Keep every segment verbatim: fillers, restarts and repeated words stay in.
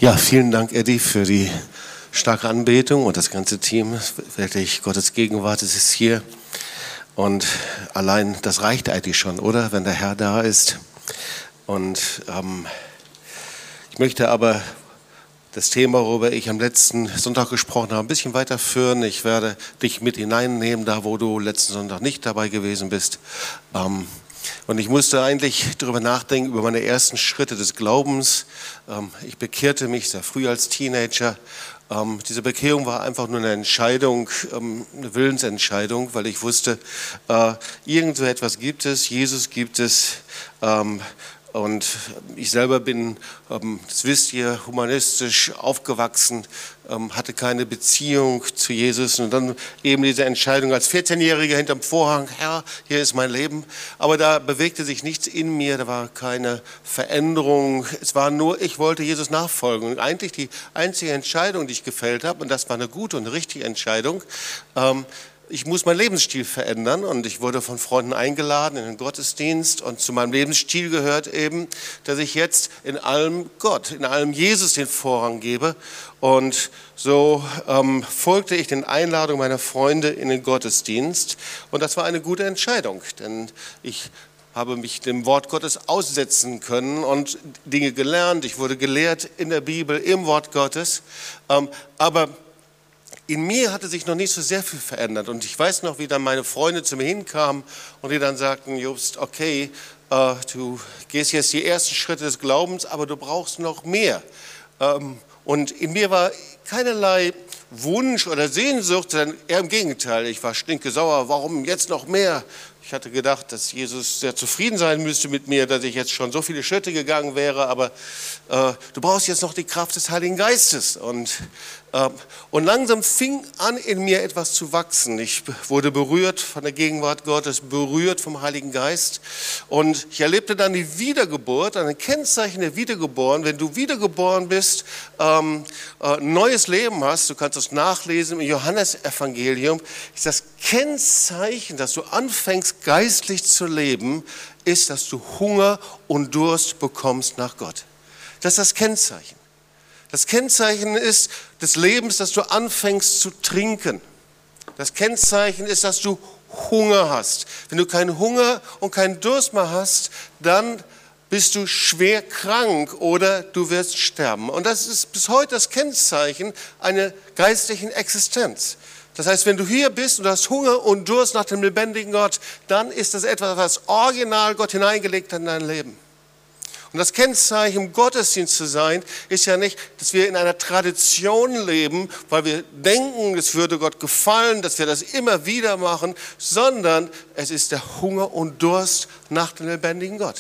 Ja, vielen Dank, Eddie, für die starke Anbetung und das ganze Team. Wirklich, Gottes Gegenwart, es ist hier. Und allein, das reicht eigentlich schon, oder? Wenn der Herr da ist. Und ähm, ich möchte aber das Thema, worüber ich am letzten Sonntag gesprochen habe, ein bisschen weiterführen. Ich werde dich mit hineinnehmen, da wo du letzten Sonntag nicht dabei gewesen bist. Ähm, Und ich musste eigentlich darüber nachdenken, über meine ersten Schritte des Glaubens. Ich bekehrte mich sehr früh als Teenager. Diese Bekehrung war einfach nur eine Entscheidung, eine Willensentscheidung, weil ich wusste, irgend so etwas gibt es, Jesus gibt es. Und ich selber bin, das wisst ihr, humanistisch aufgewachsen, hatte keine Beziehung zu Jesus. Und dann eben diese Entscheidung als vierzehnjähriger hinterm Vorhang, Herr, hier ist mein Leben. Aber da bewegte sich nichts in mir, da war keine Veränderung. Es war nur, ich wollte Jesus nachfolgen. Und eigentlich die einzige Entscheidung, die ich gefällt habe, und das war eine gute und eine richtige Entscheidung, ich muss meinen Lebensstil verändern und ich wurde von Freunden eingeladen in den Gottesdienst und zu meinem Lebensstil gehört eben, dass ich jetzt in allem Gott, in allem Jesus den Vorrang gebe und so ähm, folgte ich den Einladungen meiner Freunde in den Gottesdienst und das war eine gute Entscheidung, denn ich habe mich dem Wort Gottes aussetzen können und Dinge gelernt, ich wurde gelehrt in der Bibel, im Wort Gottes, ähm, aber in mir hatte sich noch nicht so sehr viel verändert und ich weiß noch, wie dann meine Freunde zu mir hinkamen und die dann sagten, Jobst, okay, äh, du gehst jetzt die ersten Schritte des Glaubens, aber du brauchst noch mehr. Ähm, und in mir war keinerlei Wunsch oder Sehnsucht, sondern eher im Gegenteil. Ich war stinkesauer, warum jetzt noch mehr? Ich hatte gedacht, dass Jesus sehr zufrieden sein müsste mit mir, dass ich jetzt schon so viele Schritte gegangen wäre, aber äh, du brauchst jetzt noch die Kraft des Heiligen Geistes. Und, äh, und langsam fing an, in mir etwas zu wachsen. Ich wurde berührt von der Gegenwart Gottes, berührt vom Heiligen Geist. Und ich erlebte dann die Wiedergeburt, ein Kennzeichen der Wiedergeboren. Wenn du wiedergeboren bist, ähm, äh, ein neues Leben hast, du kannst das nachlesen im Johannesevangelium, ist das Kennzeichen, dass du anfängst, geistlich zu leben, ist, dass du Hunger und Durst bekommst nach Gott. Das ist das Kennzeichen. Das Kennzeichen ist des Lebens, dass du anfängst zu trinken. Das Kennzeichen ist, dass du Hunger hast. Wenn du keinen Hunger und keinen Durst mehr hast, dann bist du schwer krank oder du wirst sterben. Und das ist bis heute das Kennzeichen einer geistlichen Existenz. Das heißt, wenn du hier bist und du hast Hunger und Durst nach dem lebendigen Gott, dann ist das etwas, was original Gott hineingelegt hat in dein Leben. Und das Kennzeichen, im Gottesdienst zu sein, ist ja nicht, dass wir in einer Tradition leben, weil wir denken, es würde Gott gefallen, dass wir das immer wieder machen, sondern es ist der Hunger und Durst nach dem lebendigen Gott.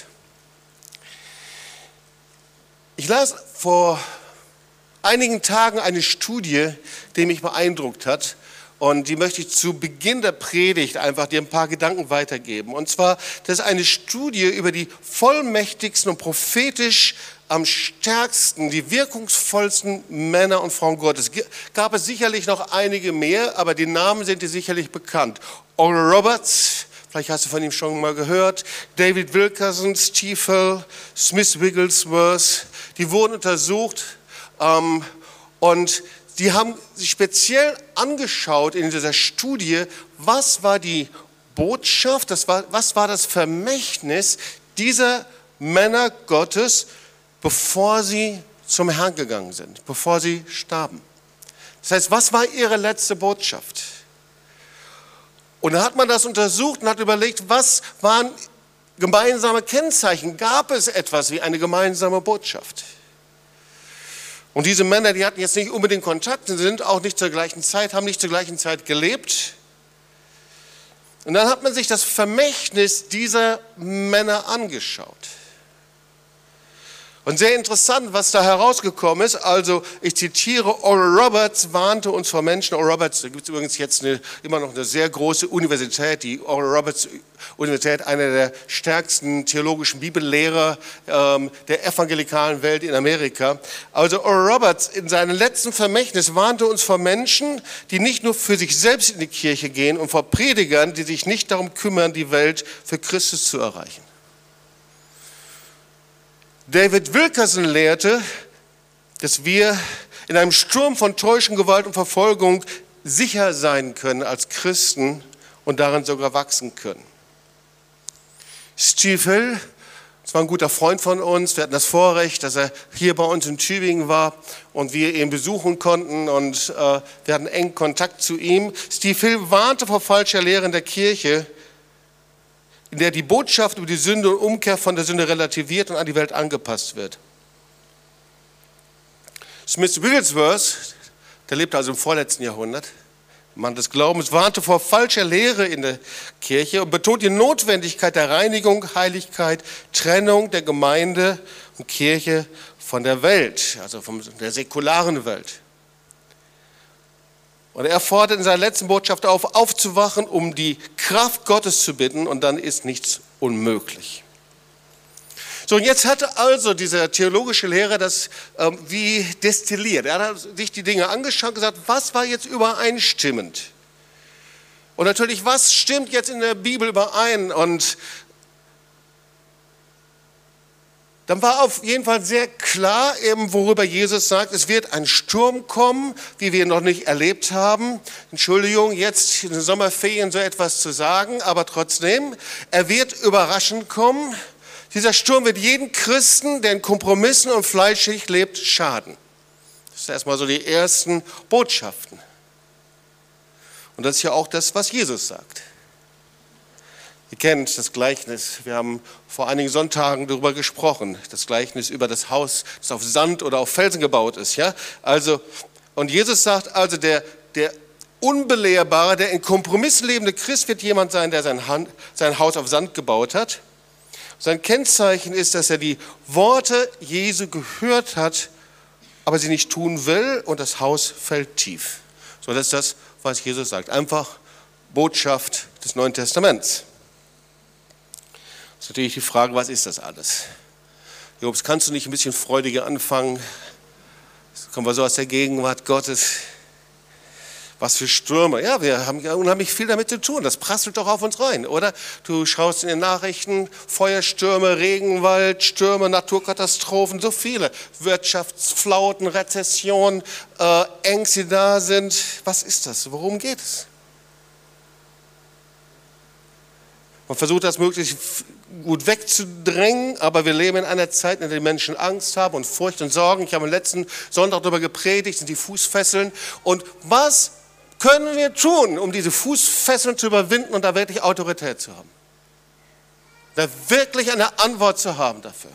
Ich las vor einigen Tagen eine Studie, die mich beeindruckt hat. Und die möchte ich zu Beginn der Predigt einfach dir ein paar Gedanken weitergeben. Und zwar, das ist eine Studie über die vollmächtigsten und prophetisch am stärksten, die wirkungsvollsten Männer und Frauen Gottes. Gab es sicherlich noch einige mehr, aber die Namen sind dir sicherlich bekannt. Oral Roberts, vielleicht hast du von ihm schon mal gehört, David Wilkerson, Stiefel, Smith Wigglesworth, die wurden untersucht ähm, und die haben sich speziell angeschaut in dieser Studie, was war die Botschaft, das war, was war das Vermächtnis dieser Männer Gottes, bevor sie zum Herrn gegangen sind, bevor sie starben. Das heißt, was war ihre letzte Botschaft? Und dann hat man das untersucht und hat überlegt, was waren gemeinsame Kennzeichen? Gab es etwas wie eine gemeinsame Botschaft? Und diese Männer, die hatten jetzt nicht unbedingt Kontakt, sind auch nicht zur gleichen Zeit, haben nicht zur gleichen Zeit gelebt. Und dann hat man sich das Vermächtnis dieser Männer angeschaut. Und sehr interessant, was da herausgekommen ist, also ich zitiere, Oral Roberts warnte uns vor Menschen, Oral Roberts, da gibt es übrigens jetzt eine, immer noch eine sehr große Universität, die Oral Roberts Universität, einer der stärksten theologischen Bibellehrer ähm, der evangelikalen Welt in Amerika. Also Oral Roberts in seinem letzten Vermächtnis warnte uns vor Menschen, die nicht nur für sich selbst in die Kirche gehen und vor Predigern, die sich nicht darum kümmern, die Welt für Christus zu erreichen. David Wilkerson lehrte, dass wir in einem Sturm von Täuschung, Gewalt und Verfolgung sicher sein können als Christen und darin sogar wachsen können. Steve Hill, das war ein guter Freund von uns, wir hatten das Vorrecht, dass er hier bei uns in Tübingen war und wir ihn besuchen konnten und äh, wir hatten engen Kontakt zu ihm. Steve Hill warnte vor falscher Lehre in der Kirche, in der die Botschaft über die Sünde und Umkehr von der Sünde relativiert und an die Welt angepasst wird. Smith Wigglesworth, der lebte also im vorletzten Jahrhundert, Mann des Glaubens, warnte vor falscher Lehre in der Kirche und betont die Notwendigkeit der Reinigung, Heiligkeit, Trennung der Gemeinde und Kirche von der Welt, also von der säkularen Welt. Und er fordert in seiner letzten Botschaft auf, aufzuwachen, um die Kraft Gottes zu bitten, und dann ist nichts unmöglich. So, und jetzt hatte also dieser theologische Lehrer das ähm, wie destilliert. Er hat sich die Dinge angeschaut und gesagt, was war jetzt übereinstimmend? Und natürlich, was stimmt jetzt in der Bibel überein? Und dann war auf jeden Fall sehr klar, eben worüber Jesus sagt, es wird ein Sturm kommen, wie wir ihn noch nicht erlebt haben. Entschuldigung, jetzt in den Sommerferien so etwas zu sagen, aber trotzdem, er wird überraschend kommen. Dieser Sturm wird jeden Christen, der in Kompromissen und fleischig lebt, schaden. Das sind erstmal so die ersten Botschaften. Und das ist ja auch das, was Jesus sagt. Ihr kennt das Gleichnis, wir haben vor einigen Sonntagen darüber gesprochen, das Gleichnis über das Haus, das auf Sand oder auf Felsen gebaut ist. Ja? Also, und Jesus sagt also, der, der Unbelehrbare, der in Kompromissen lebende Christ wird jemand sein, der sein, Hand, sein Haus auf Sand gebaut hat. Sein Kennzeichen ist, dass er die Worte Jesu gehört hat, aber sie nicht tun will, und das Haus fällt tief. So, das ist das, was Jesus sagt. Einfach Botschaft des Neuen Testaments. Das ist natürlich die Frage, was ist das alles? Jobs, kannst du nicht ein bisschen freudiger anfangen? Das kommen wir so aus der Gegenwart Gottes. Was für Stürme. Ja, wir haben ja unheimlich viel damit zu tun. Das prasselt doch auf uns rein, oder? Du schaust in den Nachrichten, Feuerstürme, Regenwald, Stürme, Naturkatastrophen, so viele. Wirtschaftsflauten, Rezession, äh, Ängste, die da sind. Was ist das? Worum geht es? Man versucht das möglichst gut wegzudrängen, aber wir leben in einer Zeit, in der die Menschen Angst haben und Furcht und Sorgen. Ich habe am letzten Sonntag darüber gepredigt, sind die Fußfesseln. Und was können wir tun, um diese Fußfesseln zu überwinden und da wirklich Autorität zu haben? Da wirklich eine Antwort zu haben dafür.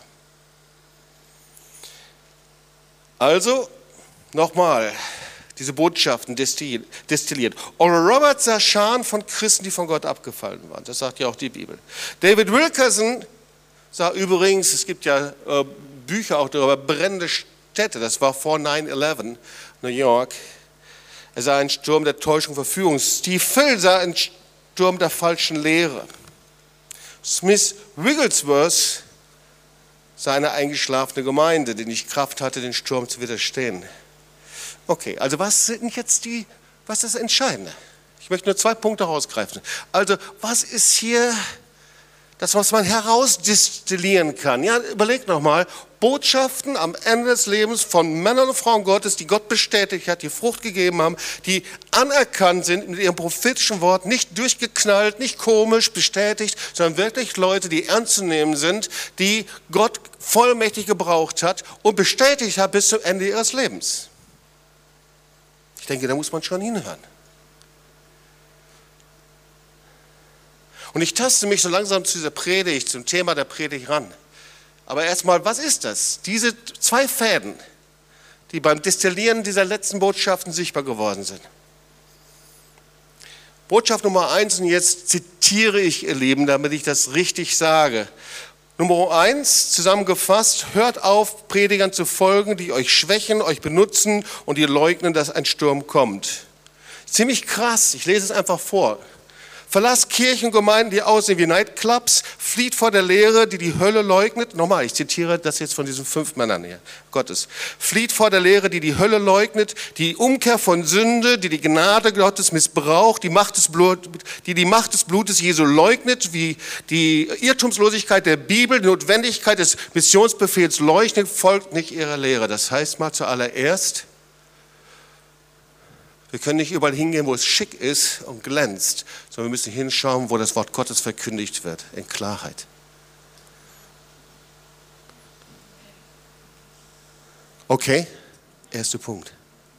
Also, nochmal, diese Botschaften destilliert. Oral Roberts sah Scharen von Christen, die von Gott abgefallen waren. Das sagt ja auch die Bibel. David Wilkerson sah übrigens, es gibt ja äh, Bücher auch darüber, brennende Städte. Das war vor neun elf, New York. Er sah einen Sturm der Täuschung, Verführung. Steve Hill sah einen Sturm der falschen Lehre. Smith Wigglesworth sah eine eingeschlafene Gemeinde, die nicht Kraft hatte, den Sturm zu widerstehen. Okay, also was sind jetzt die, was ist das Entscheidende? Ich möchte nur zwei Punkte rausgreifen. Also, was ist hier das, was man herausdestillieren kann? Ja, überlegt nochmal, Botschaften am Ende des Lebens von Männern und Frauen Gottes, die Gott bestätigt hat, die Frucht gegeben haben, die anerkannt sind mit ihrem prophetischen Wort, nicht durchgeknallt, nicht komisch bestätigt, sondern wirklich Leute, die ernst zu nehmen sind, die Gott vollmächtig gebraucht hat und bestätigt hat bis zum Ende ihres Lebens. Ich denke, da muss man schon hinhören. Und ich taste mich so langsam zu dieser Predigt, zum Thema der Predigt ran. Aber erstmal, was ist das? Diese zwei Fäden, die beim Destillieren dieser letzten Botschaften sichtbar geworden sind. Botschaft Nummer eins, und jetzt zitiere ich, ihr Lieben, damit ich das richtig sage. Nummer eins, zusammengefasst, hört auf, Predigern zu folgen, die euch schwächen, euch benutzen und die leugnen, dass ein Sturm kommt. Ziemlich krass, ich lese es einfach vor. Verlasst Kirchen und Gemeinden, die aussehen wie Nightclubs. Flieht vor der Lehre, die die Hölle leugnet. Nochmal, ich zitiere das jetzt von diesen fünf Männern hier. Gottes. Flieht vor der Lehre, die die Hölle leugnet, die Umkehr von Sünde, die die Gnade Gottes missbraucht, die, Macht des Blut, die die Macht des Blutes Jesu leugnet, wie die Irrtumslosigkeit der Bibel, die Notwendigkeit des Missionsbefehls leugnet, folgt nicht ihrer Lehre. Das heißt mal zuallererst, wir können nicht überall hingehen, wo es schick ist und glänzt, sondern wir müssen hinschauen, wo das Wort Gottes verkündigt wird, in Klarheit. Okay, erster Punkt.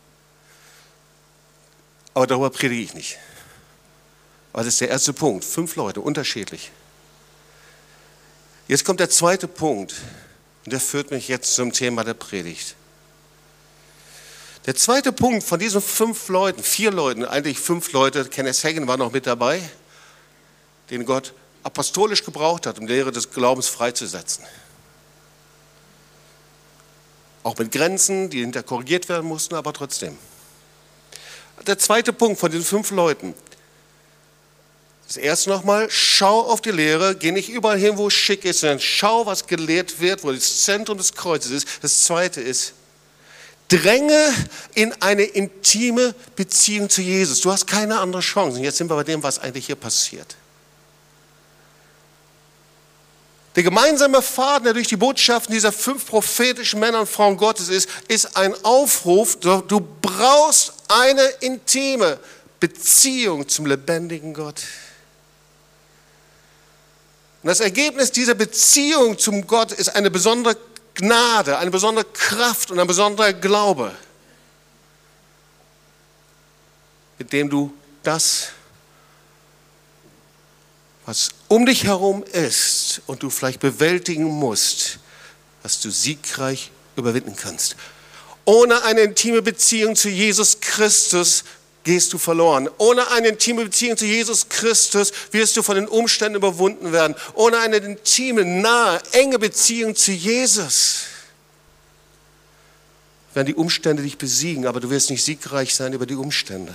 Aber darüber predige ich nicht. Aber das ist der erste Punkt. Fünf Leute, unterschiedlich. Jetzt kommt der zweite Punkt. Und der führt mich jetzt zum Thema der Predigt. Der zweite Punkt von diesen fünf Leuten, vier Leuten, eigentlich fünf Leute, Kenneth Hagin war noch mit dabei, den Gott apostolisch gebraucht hat, um die Lehre des Glaubens freizusetzen. Auch mit Grenzen, die hinter korrigiert werden mussten, aber trotzdem. Der zweite Punkt von diesen fünf Leuten. Das erste nochmal, schau auf die Lehre, geh nicht überall hin, wo es schick ist, sondern schau, was gelehrt wird, wo das Zentrum des Kreuzes ist. Das zweite ist, dränge in eine intime Beziehung zu Jesus. Du hast keine andere Chance. Und jetzt sind wir bei dem, was eigentlich hier passiert. Der gemeinsame Faden, der durch die Botschaften dieser fünf prophetischen Männer und Frauen Gottes ist, ist ein Aufruf, du brauchst eine intime Beziehung zum lebendigen Gott. Und das Ergebnis dieser Beziehung zum Gott ist eine besondere Gnade, eine besondere Kraft und ein besonderer Glaube, mit dem du das, was um dich herum ist und du vielleicht bewältigen musst, was du siegreich überwinden kannst. Ohne eine intime Beziehung zu Jesus Christus gehst du verloren. Ohne eine intime Beziehung zu Jesus Christus wirst du von den Umständen überwunden werden. Ohne eine intime, nahe, enge Beziehung zu Jesus werden die Umstände dich besiegen, aber du wirst nicht siegreich sein über die Umstände.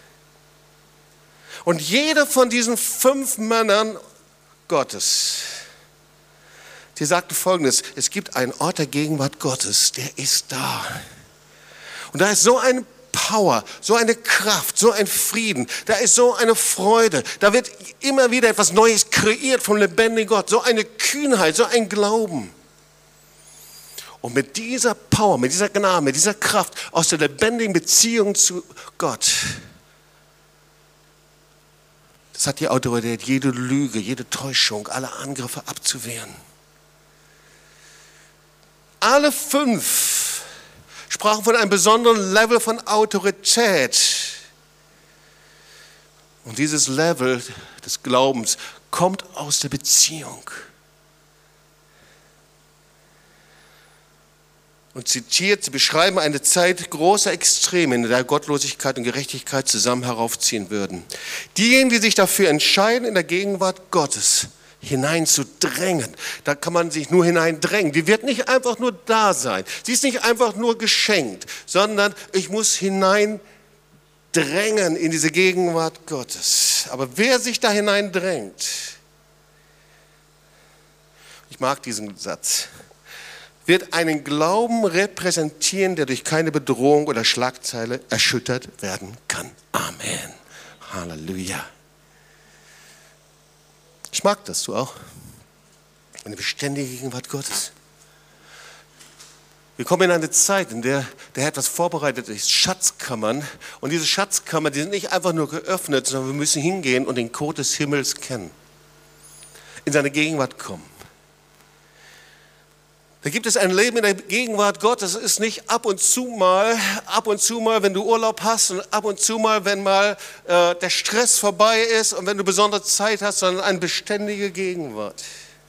Und jeder von diesen fünf Männern Gottes, die sagten Folgendes: Es gibt einen Ort der Gegenwart Gottes, der ist da. Und da ist so ein Power, so eine Kraft, so ein Frieden, da ist so eine Freude, da wird immer wieder etwas Neues kreiert vom lebendigen Gott, so eine Kühnheit, so ein Glauben. Und mit dieser Power, mit dieser Gnade, mit dieser Kraft aus der lebendigen Beziehung zu Gott, das hat die Autorität, jede Lüge, jede Täuschung, alle Angriffe abzuwehren. Alle fünf sprachen von einem besonderen Level von Autorität. Und dieses Level des Glaubens kommt aus der Beziehung. Und zitiert, sie beschreiben eine Zeit großer Extreme, in der Gottlosigkeit und Gerechtigkeit zusammen heraufziehen würden. Diejenigen, die sich dafür entscheiden, in der Gegenwart Gottes hineinzudrängen, da kann man sich nur hineindrängen. Die wird nicht einfach nur da sein. Sie ist nicht einfach nur geschenkt, sondern ich muss hineindrängen in diese Gegenwart Gottes. Aber wer sich da hineindrängt, ich mag diesen Satz, wird einen Glauben repräsentieren, der durch keine Bedrohung oder Schlagzeile erschüttert werden kann. Amen. Halleluja. Ich mag das, du auch. Eine beständige Gegenwart Gottes. Wir kommen in eine Zeit, in der der Herr etwas vorbereitet ist, Schatzkammern. Und diese Schatzkammern, die sind nicht einfach nur geöffnet, sondern wir müssen hingehen und den Code des Himmels kennen. In seine Gegenwart kommen. Da gibt es ein Leben in der Gegenwart Gottes. Es ist nicht ab und zu mal, ab und zu mal, wenn du Urlaub hast und ab und zu mal, wenn mal äh, der Stress vorbei ist und wenn du besondere Zeit hast, sondern eine beständige Gegenwart.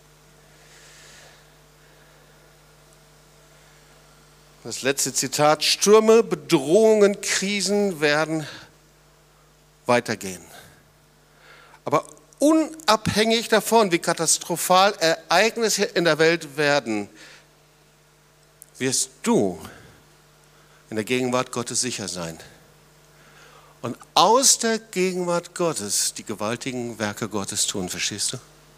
Das letzte Zitat: Stürme, Bedrohungen, Krisen werden weitergehen. Aber unabhängig davon, wie katastrophal Ereignisse in der Welt werden, wirst du in der Gegenwart Gottes sicher sein. und aus der Gegenwart Gottes die gewaltigen Werke Gottes tun. Verstehst du?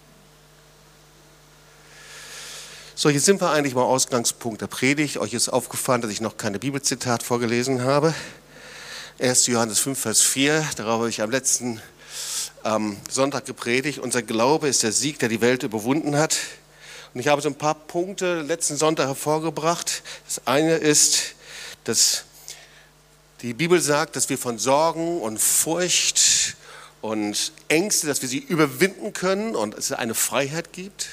So, jetzt sind wir eigentlich beim Ausgangspunkt der Predigt. Euch ist aufgefallen, dass ich noch keine Bibelzitat vorgelesen habe. erster Johannes fünf, Vers vier, darauf habe ich am letzten ähm, Sonntag gepredigt. Unser Glaube ist der Sieg, der die Welt überwunden hat. Und ich habe so ein paar Punkte letzten Sonntag hervorgebracht. Das eine ist, dass die Bibel sagt, dass wir von Sorgen und Furcht und Ängste, dass wir sie überwinden können und es eine Freiheit gibt.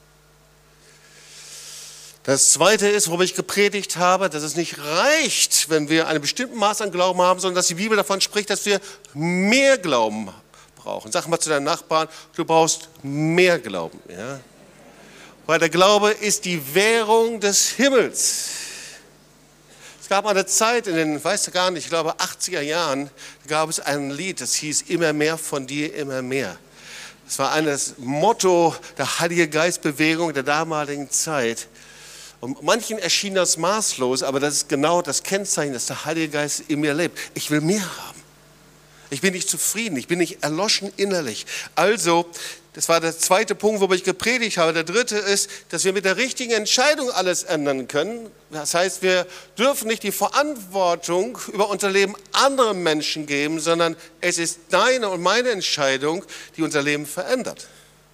Das Zweite ist, worüber ich gepredigt habe, dass es nicht reicht, wenn wir ein bestimmtes Maß an Glauben haben, sondern dass die Bibel davon spricht, dass wir mehr Glauben brauchen. Sag mal zu deinem Nachbarn, du brauchst mehr Glauben. Ja? Weil der Glaube ist die Währung des Himmels. Es gab eine Zeit in den, weißt du gar nicht, ich glaube achtziger Jahren, da gab es ein Lied, das hieß immer mehr von dir, immer mehr. Das war das Motto der Heilige Geist-Bewegung der damaligen Zeit. Und manchen erschien das maßlos, aber das ist genau das Kennzeichen, dass der Heilige Geist in mir lebt. Ich will mehr haben. Ich bin nicht zufrieden, ich bin nicht erloschen innerlich. Also, das war der zweite Punkt, worüber ich gepredigt habe. Der dritte ist, dass wir mit der richtigen Entscheidung alles ändern können. Das heißt, wir dürfen nicht die Verantwortung über unser Leben anderen Menschen geben, sondern es ist deine und meine Entscheidung, die unser Leben verändert.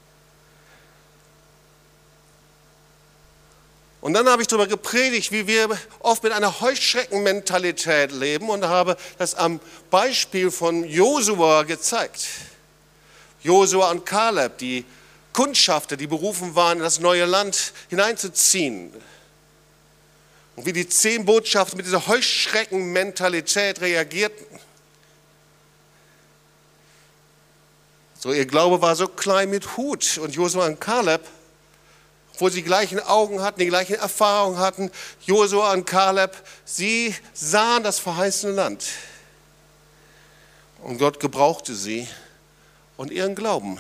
Und dann habe ich darüber gepredigt, wie wir oft mit einer Heuschreckenmentalität leben und habe das am Beispiel von Josua gezeigt. Josua und Kaleb, die Kundschafter, die berufen waren, in das neue Land hineinzuziehen. Und wie die zehn Botschafter mit dieser Heuschreckenmentalität reagierten. So, ihr Glaube war so klein mit Hut. Und Josua und Kaleb, obwohl sie die gleichen Augen hatten, die gleichen Erfahrungen hatten, Josua und Kaleb, sie sahen das verheißene Land. Und Gott gebrauchte sie und ihren Glauben,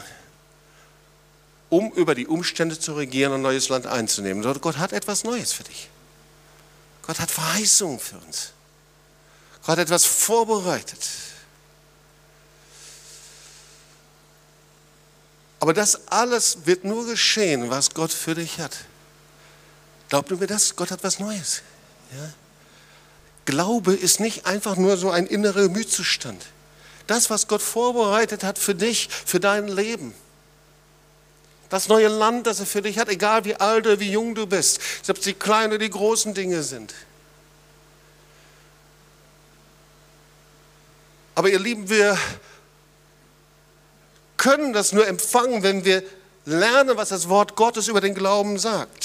um über die Umstände zu regieren und ein neues Land einzunehmen. Gott hat etwas Neues für dich. Gott hat Verheißungen für uns. Gott hat etwas vorbereitet. Aber das alles wird nur geschehen, was Gott für dich hat. Glaubt mir das? Gott hat was Neues. Ja? Glaube ist nicht einfach nur so ein innerer Gemütszustand. Das, was Gott vorbereitet hat für dich, für dein Leben. Das neue Land, das er für dich hat, egal wie alt oder wie jung du bist, ob es die kleinen oder die großen Dinge sind. Aber ihr Lieben, wir können das nur empfangen, wenn wir lernen, was das Wort Gottes über den Glauben sagt.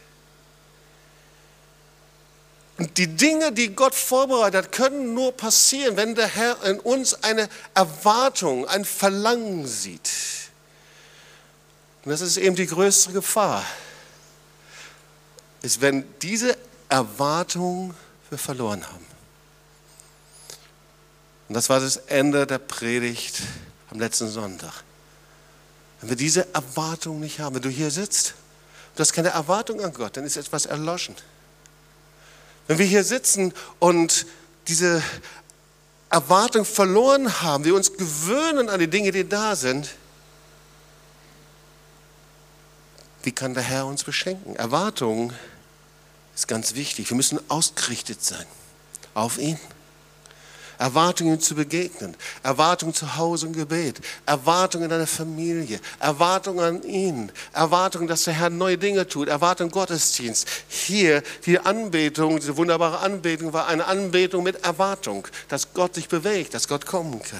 Und die Dinge, die Gott vorbereitet hat, können nur passieren, wenn der Herr in uns eine Erwartung, ein Verlangen sieht. Und das ist eben die größte Gefahr, ist, wenn diese Erwartung wir verloren haben. Und das war das Ende der Predigt am letzten Sonntag. Wenn wir diese Erwartung nicht haben, wenn du hier sitzt, du hast keine Erwartung an Gott, dann ist etwas erloschen. Wenn wir hier sitzen und diese Erwartung verloren haben, wir uns gewöhnen an die Dinge, die da sind, wie kann der Herr uns beschenken? Erwartung ist ganz wichtig. Wir müssen ausgerichtet sein auf ihn. Erwartungen ihm zu begegnen, Erwartungen zu Hause im Gebet, Erwartungen in deiner Familie, Erwartungen an ihn, Erwartungen, dass der Herr neue Dinge tut, Erwartungen Gottesdienst. Hier die Anbetung, diese wunderbare Anbetung war eine Anbetung mit Erwartung, dass Gott sich bewegt, dass Gott kommen kann.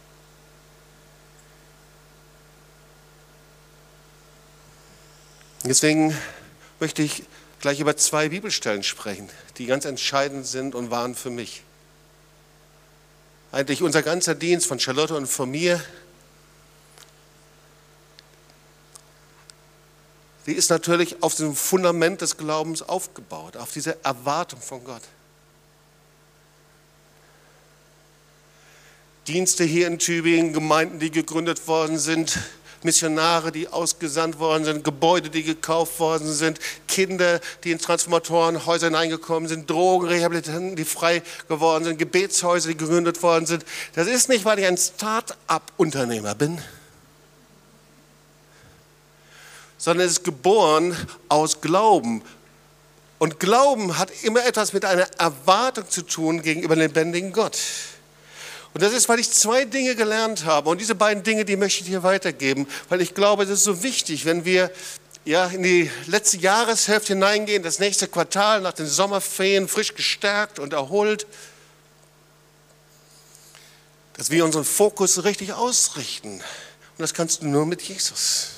Deswegen möchte ich gleich über zwei Bibelstellen sprechen, die ganz entscheidend sind und waren für mich. Eigentlich unser ganzer Dienst von Charlotte und von mir, die ist natürlich auf dem Fundament des Glaubens aufgebaut, auf diese Erwartung von Gott. Dienste hier in Tübingen, Gemeinden, die gegründet worden sind, Missionare, die ausgesandt worden sind, Gebäude, die gekauft worden sind, Kinder, die in Transformatorenhäuser hineingekommen sind, Drogenrehabilitanten, die frei geworden sind, Gebetshäuser, die gegründet worden sind. Das ist nicht, weil ich ein Start-up-Unternehmer bin, sondern es ist geboren aus Glauben. Und Glauben hat immer etwas mit einer Erwartung zu tun gegenüber dem lebendigen Gott. Und das ist, weil ich zwei Dinge gelernt habe. Und diese beiden Dinge, die möchte ich dir weitergeben, weil ich glaube, das ist so wichtig, wenn wir ja, in die letzte Jahreshälfte hineingehen, das nächste Quartal nach den Sommerferien frisch gestärkt und erholt, dass wir unseren Fokus richtig ausrichten. Und das kannst du nur mit Jesus.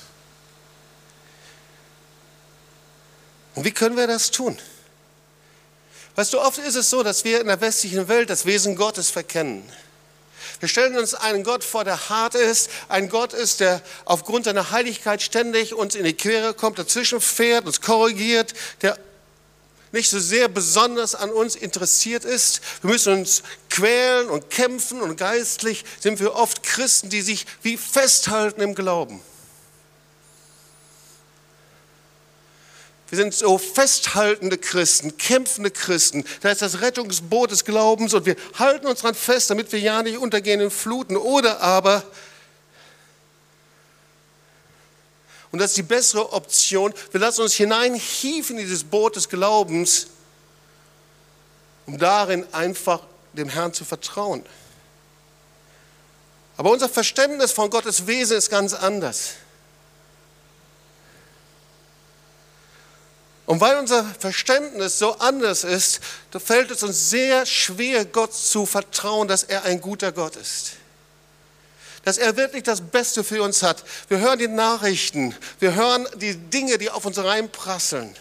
Und wie können wir das tun? Weißt du, oft ist es so, dass wir in der westlichen Welt das Wesen Gottes verkennen. Wir stellen uns einen Gott vor, der hart ist, ein Gott ist, der aufgrund seiner Heiligkeit ständig uns in die Quere kommt, dazwischen fährt, uns korrigiert, der nicht so sehr besonders an uns interessiert ist. Wir müssen uns quälen und kämpfen und geistlich sind wir oft Christen, die sich wie festhalten im Glauben. Wir sind so festhaltende Christen, kämpfende Christen. Da ist das Rettungsboot des Glaubens und wir halten uns dran fest, damit wir ja nicht untergehen in Fluten. Oder aber, und das ist die bessere Option, wir lassen uns hineinhieven in dieses Boot des Glaubens, um darin einfach dem Herrn zu vertrauen. Aber unser Verständnis von Gottes Wesen ist ganz anders. Und weil unser Verständnis so anders ist, da fällt es uns sehr schwer, Gott zu vertrauen, dass er ein guter Gott ist. Dass er wirklich das Beste für uns hat. Wir hören die Nachrichten, wir hören die Dinge, die auf uns reinprasseln.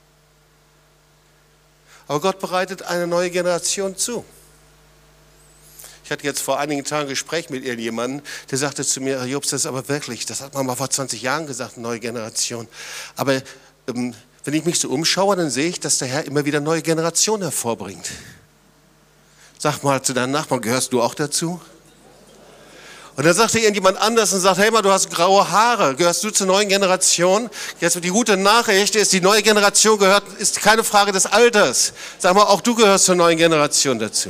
Aber Gott bereitet eine neue Generation zu. Ich hatte jetzt vor einigen Tagen ein Gespräch mit irgendjemandem, der sagte zu mir, Herr Jobs, das ist aber wirklich, das hat man mal vor zwanzig Jahren gesagt, eine neue Generation. Aber ähm, wenn ich mich so umschaue, dann sehe ich, dass der Herr immer wieder neue Generationen hervorbringt. Sag mal zu deinem Nachbarn, gehörst du auch dazu? Und dann sagte irgendjemand anders und sagt, hey mal, du hast graue Haare, gehörst du zur neuen Generation? Jetzt die gute Nachricht ist, die neue Generation gehört, ist keine Frage des Alters. Sag mal, auch du gehörst zur neuen Generation dazu.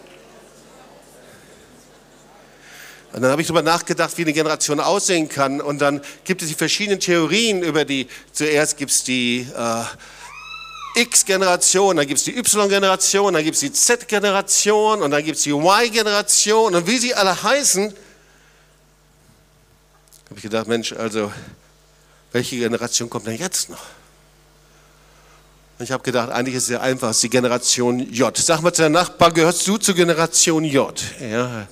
Und dann habe ich darüber nachgedacht, wie eine Generation aussehen kann. Und dann gibt es die verschiedenen Theorien über die, zuerst gibt es die äh, X-Generation, dann gibt es die Y-Generation, dann gibt es die Z-Generation und dann gibt es die Y-Generation. Und wie sie alle heißen, habe ich gedacht, Mensch, also welche Generation kommt denn jetzt noch? Und ich habe gedacht, eigentlich ist es sehr einfach, es ist die Generation J. Sag mal zu deinem Nachbar, gehörst du zur Generation J? Ja.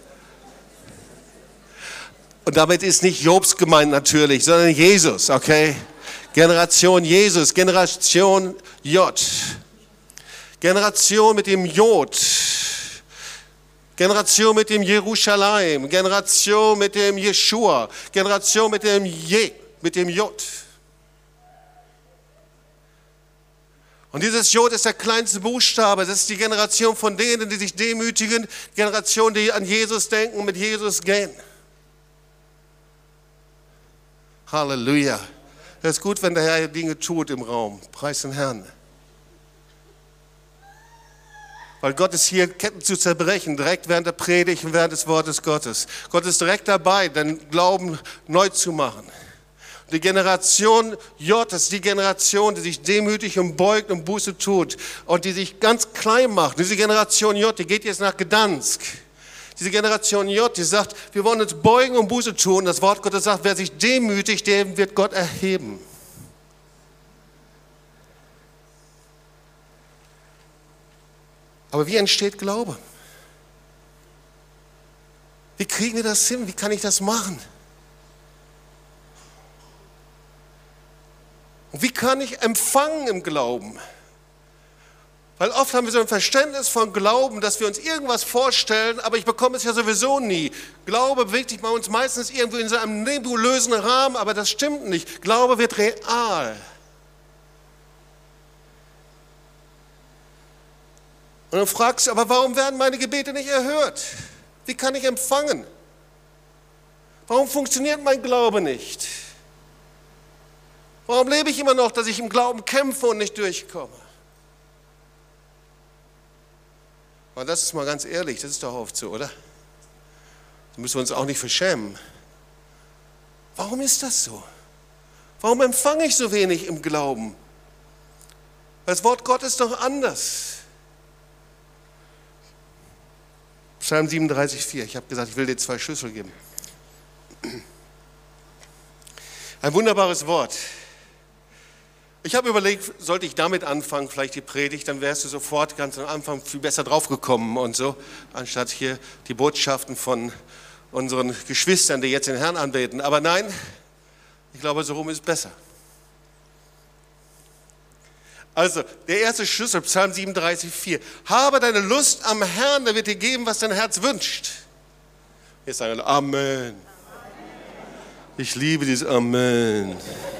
Und damit ist nicht Jobs gemeint natürlich, sondern Jesus, okay? Generation Jesus, Generation J. Generation mit dem J. Generation mit dem Jerusalem. Generation mit dem Jeschua. Generation mit dem Je, mit dem J. Und dieses J ist der kleinste Buchstabe. Das ist die Generation von denen, die sich demütigen. Generation, die an Jesus denken und mit Jesus gehen. Halleluja. Es ist gut, wenn der Herr Dinge tut im Raum. Preis den Herrn. Weil Gott ist hier, Ketten zu zerbrechen, direkt während der Predigt und während des Wortes Gottes. Gott ist direkt dabei, den Glauben neu zu machen. Und die Generation J, das ist die Generation, die sich demütig und beugt und Buße tut und die sich ganz klein macht. Diese Generation J, die geht jetzt nach Gdansk. Diese Generation J, die sagt, wir wollen uns beugen und Buße tun. Das Wort Gottes sagt, wer sich demütigt, den wird Gott erheben. Aber wie entsteht Glaube? Wie kriegen wir das hin? Wie kann ich das machen? Und wie kann ich empfangen im Glauben? Weil oft haben wir so ein Verständnis von Glauben, dass wir uns irgendwas vorstellen, aber ich bekomme es ja sowieso nie. Glaube bewegt sich bei uns meistens irgendwo in so einem nebulösen Rahmen, aber das stimmt nicht. Glaube wird real. Und dann fragst du, aber warum werden meine Gebete nicht erhört? Wie kann ich empfangen? Warum funktioniert mein Glaube nicht? Warum lebe ich immer noch, dass ich im Glauben kämpfe und nicht durchkomme? Und das ist mal ganz ehrlich, das ist doch oft so, oder? Da müssen wir uns auch nicht verschämen. Warum ist das so? Warum empfange ich so wenig im Glauben? Das Wort Gottes ist doch anders. Psalm siebenunddreißig, vier. Ich habe gesagt, ich will dir zwei Schlüssel geben. Ein wunderbares Wort. Ich habe überlegt, sollte ich damit anfangen, vielleicht die Predigt, dann wärst du sofort ganz am Anfang viel besser draufgekommen und so, anstatt hier die Botschaften von unseren Geschwistern, die jetzt den Herrn anbeten. Aber nein, ich glaube, so rum ist besser. Also, der erste Schlüssel, Psalm siebenunddreißig, vier. Habe deine Lust am Herrn, der wird dir geben, was dein Herz wünscht. Jetzt sagen wir Amen. Ich liebe dieses Amen.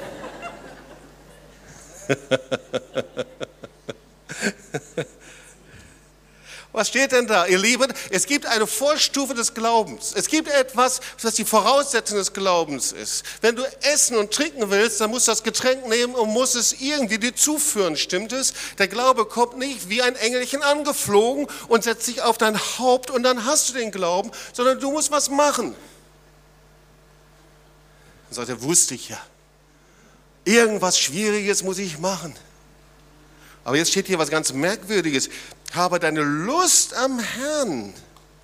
Was steht denn da, ihr Lieben? Es gibt eine Vorstufe des Glaubens. Es gibt etwas, was die Voraussetzung des Glaubens ist. Wenn du essen und trinken willst, dann musst du das Getränk nehmen und musst es irgendwie dir zuführen, stimmt es? Der Glaube kommt nicht wie ein Engelchen angeflogen und setzt sich auf dein Haupt und dann hast du den Glauben, sondern du musst was machen. Dann sagt er, wusste ich ja. Irgendwas Schwieriges muss ich machen. Aber jetzt steht hier was ganz Merkwürdiges. Habe deine Lust am Herrn,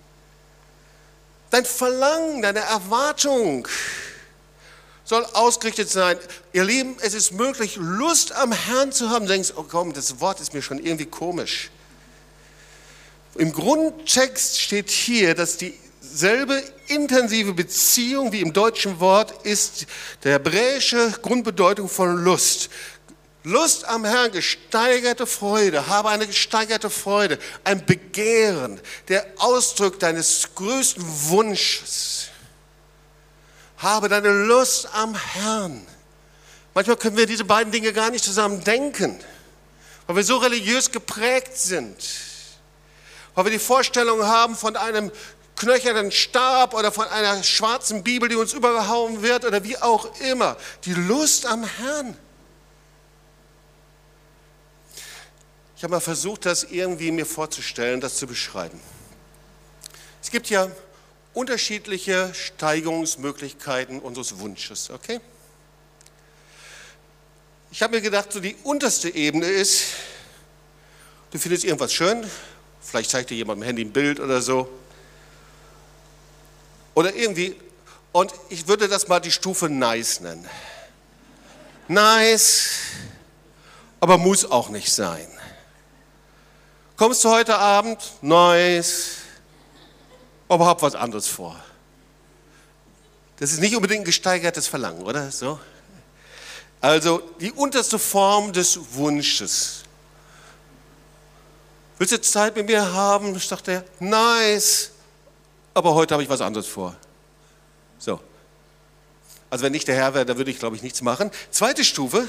dein Verlangen, deine Erwartung soll ausgerichtet sein. Ihr Lieben, es ist möglich, Lust am Herrn zu haben. Du denkst, oh komm, das Wort ist mir schon irgendwie komisch. Im Grundtext steht hier, dass dieselbe intensive Beziehung wie im deutschen Wort ist der hebräische Grundbedeutung von Lust. Lust am Herrn, gesteigerte Freude, habe eine gesteigerte Freude, ein Begehren, der Ausdruck deines größten Wunsches. Habe deine Lust am Herrn. Manchmal können wir diese beiden Dinge gar nicht zusammen denken, weil wir so religiös geprägt sind, weil wir die Vorstellung haben von einem knöchernen Stab oder von einer schwarzen Bibel, die uns übergehauen wird oder wie auch immer. Die Lust am Herrn. Ich habe mal versucht, das irgendwie mir vorzustellen, das zu beschreiben. Es gibt ja unterschiedliche Steigerungsmöglichkeiten unseres Wunsches, okay? Ich habe mir gedacht, so die unterste Ebene ist, du findest irgendwas schön, vielleicht zeigt dir jemand im Handy ein Bild oder so, oder irgendwie, und ich würde das mal die Stufe nice nennen. Nice, aber muss auch nicht sein. Kommst du heute Abend? Nice. Aber hab was anderes vor. Das ist nicht unbedingt ein gesteigertes Verlangen, oder? So. Also die unterste Form des Wunsches. Willst du Zeit mit mir haben? Sagt er, nice. Aber heute habe ich was anderes vor. So. Also wenn nicht der Herr wäre, dann würde ich, glaube ich, nichts machen. Zweite Stufe.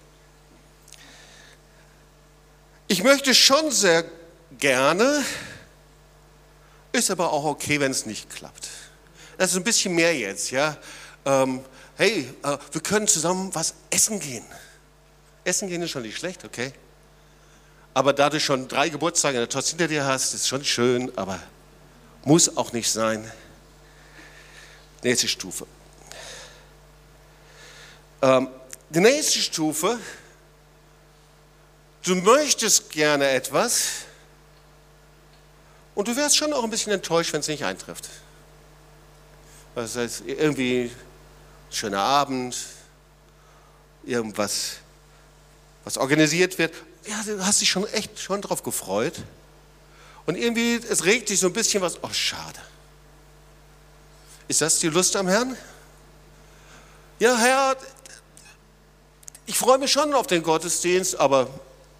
Ich möchte schon sehr gerne, ist aber auch okay, wenn es nicht klappt. Das ist ein bisschen mehr jetzt, ja. Ähm, hey, äh, wir können zusammen was essen gehen. Essen gehen ist schon nicht schlecht, okay. Aber da du schon drei Geburtstage in der Tos hinter dir hast, ist schon schön, aber muss auch nicht sein. Nächste Stufe. Ähm, die nächste Stufe. Du möchtest gerne etwas und du wärst schon auch ein bisschen enttäuscht, wenn es nicht eintrifft. Das heißt, irgendwie ein schöner Abend, irgendwas, was organisiert wird. Ja, du hast dich schon echt schon drauf gefreut. Und irgendwie, es regt dich so ein bisschen was, oh schade. Ist das die Lust am Herrn? Ja, Herr, ich freue mich schon auf den Gottesdienst, aber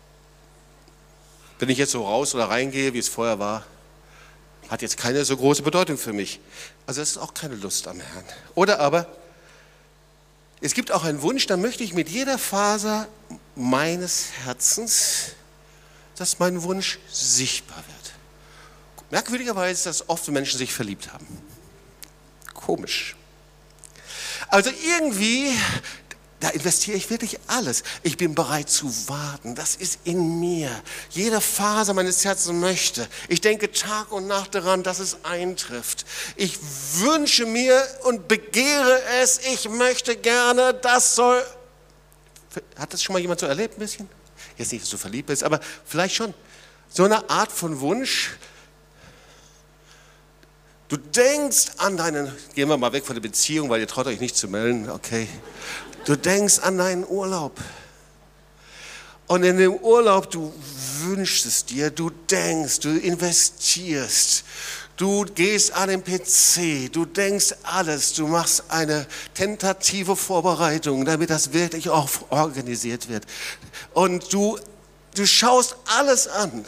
wenn ich jetzt so raus oder reingehe, wie es vorher war, hat jetzt keine so große Bedeutung für mich. Also das ist auch keine Lust am Herrn. Oder aber, es gibt auch einen Wunsch, da möchte ich mit jeder Faser meines Herzens, dass mein Wunsch sichtbar wird. Merkwürdigerweise ist das oft, wenn Menschen sich verliebt haben. Komisch. Also irgendwie, da investiere ich wirklich alles. Ich bin bereit zu warten. Das ist in mir. Jede Faser meines Herzens möchte. Ich denke Tag und Nacht daran, dass es eintrifft. Ich wünsche mir und begehre es. Ich möchte gerne, das soll... Hat das schon mal jemand so erlebt ein bisschen? Jetzt nicht, dass du verliebt bist, aber vielleicht schon. So eine Art von Wunsch. Du denkst an deinen, gehen wir mal weg von der Beziehung, weil ihr traut euch nicht zu melden, okay. Du denkst an deinen Urlaub. Und in dem Urlaub, du wünschst es dir, du denkst, du investierst. Du gehst an den P C, du denkst alles, du machst eine tentative Vorbereitung, damit das wirklich auch organisiert wird. Und du, du schaust alles an.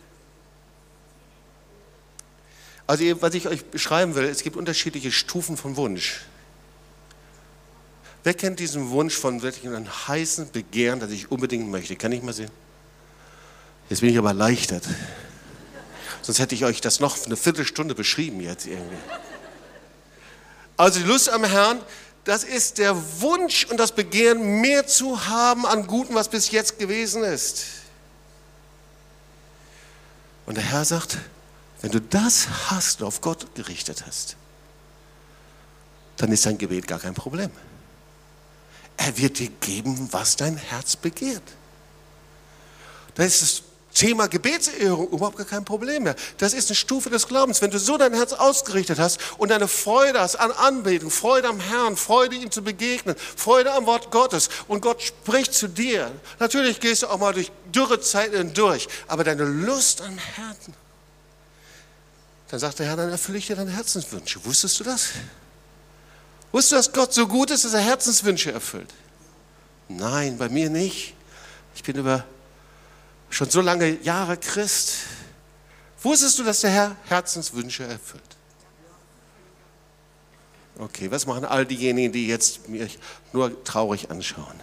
Also was ich euch beschreiben will, es gibt unterschiedliche Stufen von Wunsch. Wer kennt diesen Wunsch von wirklich einem heißen Begehren, das ich unbedingt möchte? Kann ich mal sehen? Jetzt bin ich aber erleichtert. Sonst hätte ich euch das noch eine Viertelstunde beschrieben jetzt irgendwie. Also die Lust am Herrn, das ist der Wunsch und das Begehren, mehr zu haben an Gutem, was bis jetzt gewesen ist. Und der Herr sagt, wenn du das hast und auf Gott gerichtet hast, dann ist dein Gebet gar kein Problem. Er wird dir geben, was dein Herz begehrt. Da ist das Thema Gebetsehrung überhaupt gar kein Problem mehr. Das ist eine Stufe des Glaubens. Wenn du so dein Herz ausgerichtet hast und deine Freude hast an Anbetung, Freude am Herrn, Freude ihm zu begegnen, Freude am Wort Gottes und Gott spricht zu dir. Natürlich gehst du auch mal durch dürre Zeiten durch, aber deine Lust am Herzen, dann sagt der Herr, dann erfülle ich dir deine Herzenswünsche. Wusstest du das? Wusstest du, dass Gott so gut ist, dass er Herzenswünsche erfüllt? Nein, bei mir nicht. Ich bin über schon so lange Jahre Christ. Wusstest du, dass der Herr Herzenswünsche erfüllt? Okay, was machen all diejenigen, die jetzt mich nur traurig anschauen?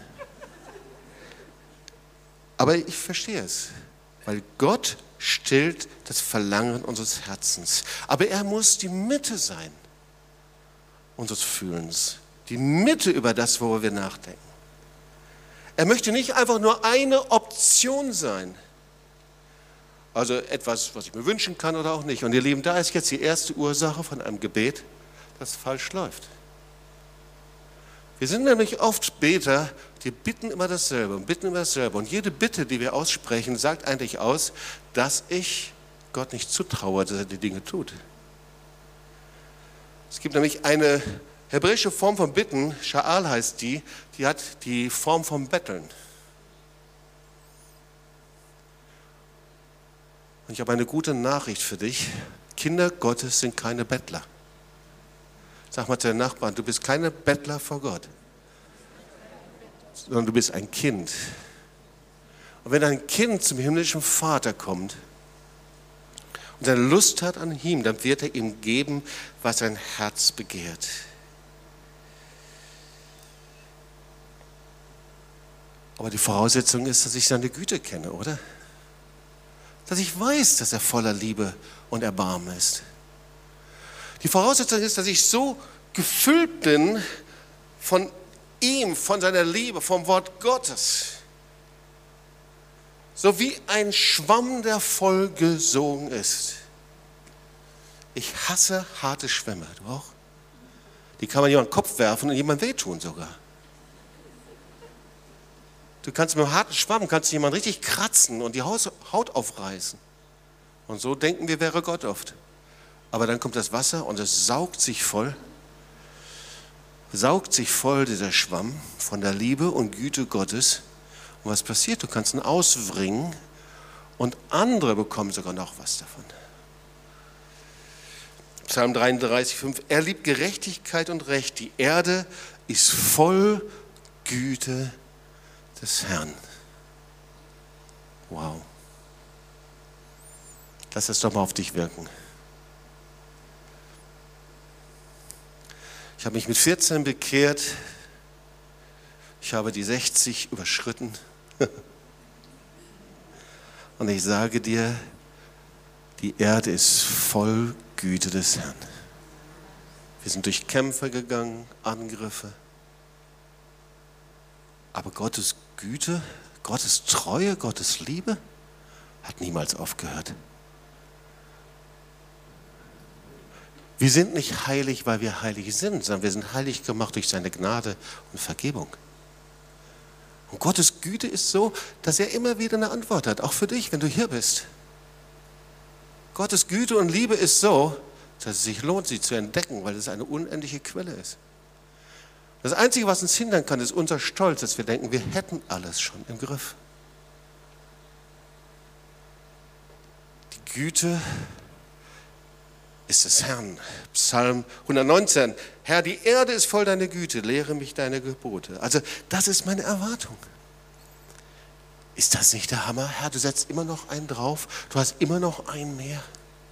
Aber ich verstehe es, weil Gott stillt das Verlangen unseres Herzens. Aber er muss die Mitte sein unseres Fühlens, die Mitte über das, worüber wir nachdenken. Er möchte nicht einfach nur eine Option sein, also etwas, was ich mir wünschen kann oder auch nicht. Und ihr Lieben, da ist jetzt die erste Ursache von einem Gebet, das falsch läuft. Wir sind nämlich oft Beter, die bitten immer dasselbe und bitten immer dasselbe. Und jede Bitte, die wir aussprechen, sagt eigentlich aus, dass ich Gott nicht zutraue, dass er die Dinge tut. Es gibt nämlich eine hebräische Form von Bitten, Sha'al heißt die, die hat die Form von Betteln. Und ich habe eine gute Nachricht für dich. Kinder Gottes sind keine Bettler. Sag mal zu den Nachbarn, du bist keine Bettler vor Gott, sondern du bist ein Kind. Und wenn ein Kind zum himmlischen Vater kommt und seine Lust hat an ihm, dann wird er ihm geben, was sein Herz begehrt. Aber die Voraussetzung ist, dass ich seine Güte kenne, oder? Dass ich weiß, dass er voller Liebe und Erbarmen ist. Die Voraussetzung ist, dass ich so gefüllt bin von ihm, von seiner Liebe, vom Wort Gottes. So wie ein Schwamm, der vollgesogen ist. Ich hasse harte Schwämme. Du auch? Die kann man jemanden in den Kopf werfen und jemandem wehtun sogar. Du kannst mit einem harten Schwamm kannst jemanden richtig kratzen und die Haut aufreißen. Und so denken wir, wäre Gott oft. Aber dann kommt das Wasser und es saugt sich voll. Saugt sich voll, dieser Schwamm, von der Liebe und Güte Gottes. Und was passiert? Du kannst ihn auswringen und andere bekommen sogar noch was davon. Psalm dreiunddreißig, fünf. Er liebt Gerechtigkeit und Recht. Die Erde ist voll Güte des Herrn. Wow. Lass es doch mal auf dich wirken. Ich habe mich mit vierzehn bekehrt. Ich habe die sechzig überschritten. Und ich sage dir, die Erde ist voll Güte des Herrn. Wir sind durch Kämpfe gegangen, Angriffe. Aber Gottes Güte, Gottes Treue, Gottes Liebe hat niemals aufgehört. Wir sind nicht heilig, weil wir heilig sind, sondern wir sind heilig gemacht durch seine Gnade und Vergebung. Und Gottes Güte ist so, dass er immer wieder eine Antwort hat, auch für dich, wenn du hier bist. Gottes Güte und Liebe ist so, dass es sich lohnt, sie zu entdecken, weil es eine unendliche Quelle ist. Das Einzige, was uns hindern kann, ist unser Stolz, dass wir denken, wir hätten alles schon im Griff. Die Güte ist des Herrn. Psalm hundertneunzehn. Herr, die Erde ist voll deiner Güte, lehre mich deine Gebote. Also das ist meine Erwartung. Ist das nicht der Hammer? Herr, du setzt immer noch einen drauf, du hast immer noch einen mehr.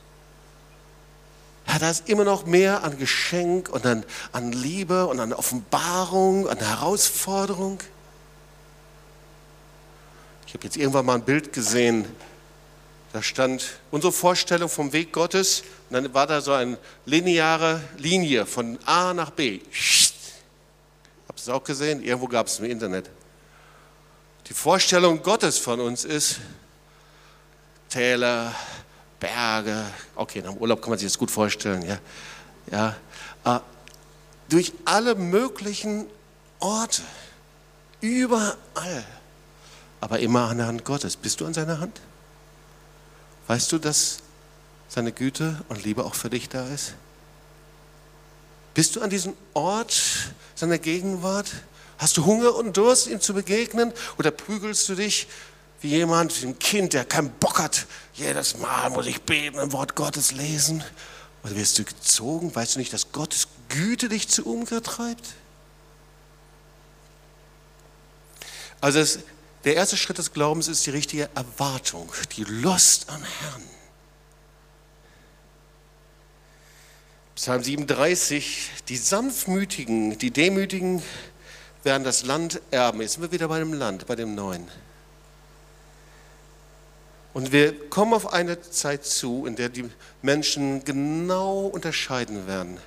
Herr, da ist immer noch mehr an Geschenk und an, an Liebe und an Offenbarung, an Herausforderung. Ich habe jetzt irgendwann mal ein Bild gesehen, da stand unsere Vorstellung vom Weg Gottes und dann war da so eine lineare Linie von A nach B. Habt ihr es auch gesehen? Irgendwo gab es im Internet. Die Vorstellung Gottes von uns ist Täler, Berge, okay, nach dem Urlaub kann man sich das gut vorstellen, ja, ja, äh, durch alle möglichen Orte, überall, aber immer an der Hand Gottes. Bist du an seiner Hand? Weißt du, dass seine Güte und Liebe auch für dich da ist? Bist du an diesem Ort seiner Gegenwart? Hast du Hunger und Durst, ihm zu begegnen? Oder prügelst du dich wie jemand, wie ein Kind, der keinen Bock hat? Jedes Mal muss ich beten, ein Wort Gottes lesen. Oder wirst du gezogen? Weißt du nicht, dass Gottes Güte dich zu Umkehr treibt? Also es, der erste Schritt des Glaubens ist die richtige Erwartung, die Lust am Herrn. Psalm siebenunddreißig, die Sanftmütigen, die Demütigen werden das Land erben. Jetzt sind wir wieder bei dem Land, bei dem Neuen. Und wir kommen auf eine Zeit zu, in der die Menschen genau unterscheiden werden,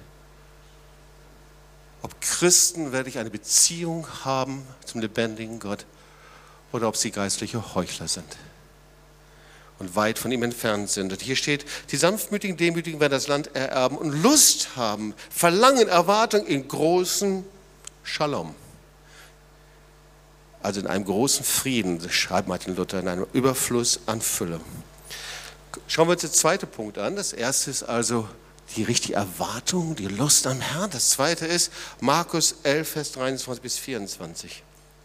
ob Christen wirklich eine Beziehung haben zum lebendigen Gott oder ob sie geistliche Heuchler sind und weit von ihm entfernt sind. Und hier steht, die sanftmütigen, demütigen werden das Land ererben und Lust haben, Verlangen, Erwartung in großem Shalom. Also in einem großen Frieden, schreibt Martin Luther, in einem Überfluss an Fülle. Schauen wir uns den zweiten Punkt an. Das erste ist also die richtige Erwartung, die Lust am Herrn. Das zweite ist Markus elf, Vers dreiundzwanzig bis vierundzwanzig.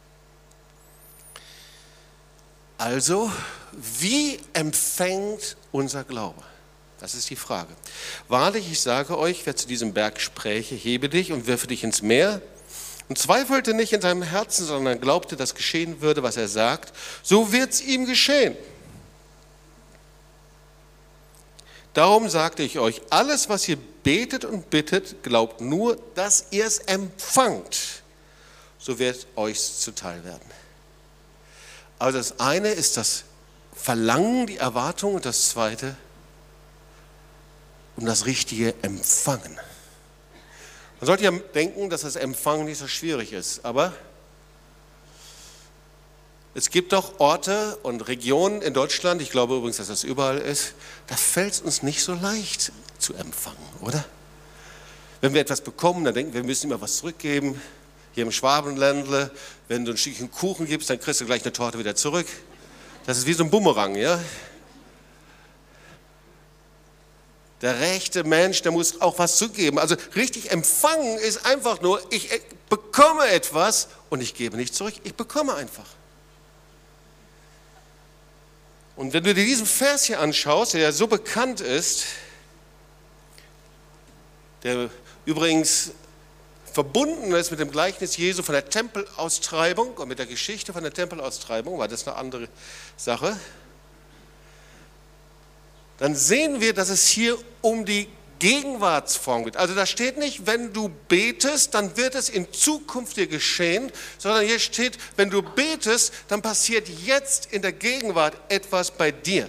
Also, wie empfängt unser Glaube? Das ist die Frage. Wahrlich, ich sage euch, wer zu diesem Berg spräche, hebe dich und wirfe dich ins Meer, und zweifelte nicht in seinem Herzen, sondern glaubte, dass geschehen würde, was er sagt, so wird es ihm geschehen. Darum sagte ich euch, alles, was ihr betet und bittet, glaubt nur, dass ihr es empfangt, so wird euch zuteil werden. Also das eine ist das Verlangen, die Erwartung, und das zweite um das richtige Empfangen. Man sollte ja denken, dass das Empfangen nicht so schwierig ist, aber es gibt doch Orte und Regionen in Deutschland, ich glaube übrigens, dass das überall ist, da fällt es uns nicht so leicht zu empfangen, oder? Wenn wir etwas bekommen, dann denken wir, wir müssen immer was zurückgeben. Hier im Schwabenländle, wenn du ein Stückchen Kuchen gibst, dann kriegst du gleich eine Torte wieder zurück. Das ist wie so ein Bumerang, ja? Der rechte Mensch, der muss auch was zugeben. Also richtig empfangen ist einfach nur, ich bekomme etwas und ich gebe nicht zurück, ich bekomme einfach. Und wenn du dir diesen Vers hier anschaust, der ja so bekannt ist, der übrigens verbunden ist mit dem Gleichnis Jesu von der Tempelaustreibung und mit der Geschichte von der Tempelaustreibung, war das eine andere Sache, dann sehen wir, dass es hier um die Gegenwartsform geht. Also da steht nicht, wenn du betest, dann wird es in Zukunft dir geschehen, sondern hier steht, wenn du betest, dann passiert jetzt in der Gegenwart etwas bei dir.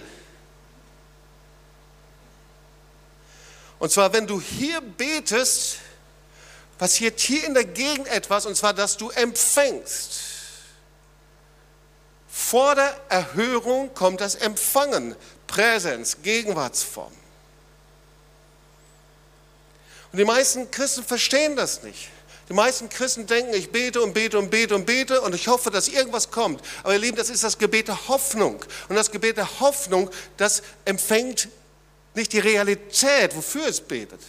Und zwar, wenn du hier betest, passiert hier in der Gegend etwas, und zwar, dass du empfängst. Vor der Erhörung kommt das Empfangen, Präsenz, Gegenwartsform. Und die meisten Christen verstehen das nicht. Die meisten Christen denken, ich bete und bete und bete und bete und ich hoffe, dass irgendwas kommt. Aber ihr Lieben, das ist das Gebet der Hoffnung. Und das Gebet der Hoffnung, das empfängt nicht die Realität, wofür es betet.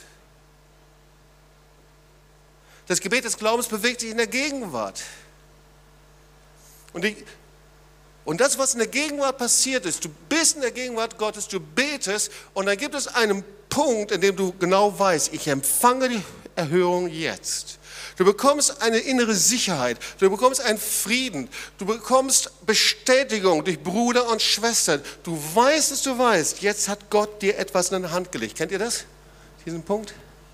Das Gebet des Glaubens bewegt sich in der Gegenwart. Und, die, und das, was in der Gegenwart passiert ist, du bist in der Gegenwart Gottes, du betest und dann gibt es einen Punkt, in dem du genau weißt, ich empfange die Erhörung jetzt. Du bekommst eine innere Sicherheit, du bekommst einen Frieden, du bekommst Bestätigung durch Bruder und Schwestern. Du weißt, dass du weißt, jetzt hat Gott dir etwas in die Hand gelegt. Kennt ihr das, diesen Punkt?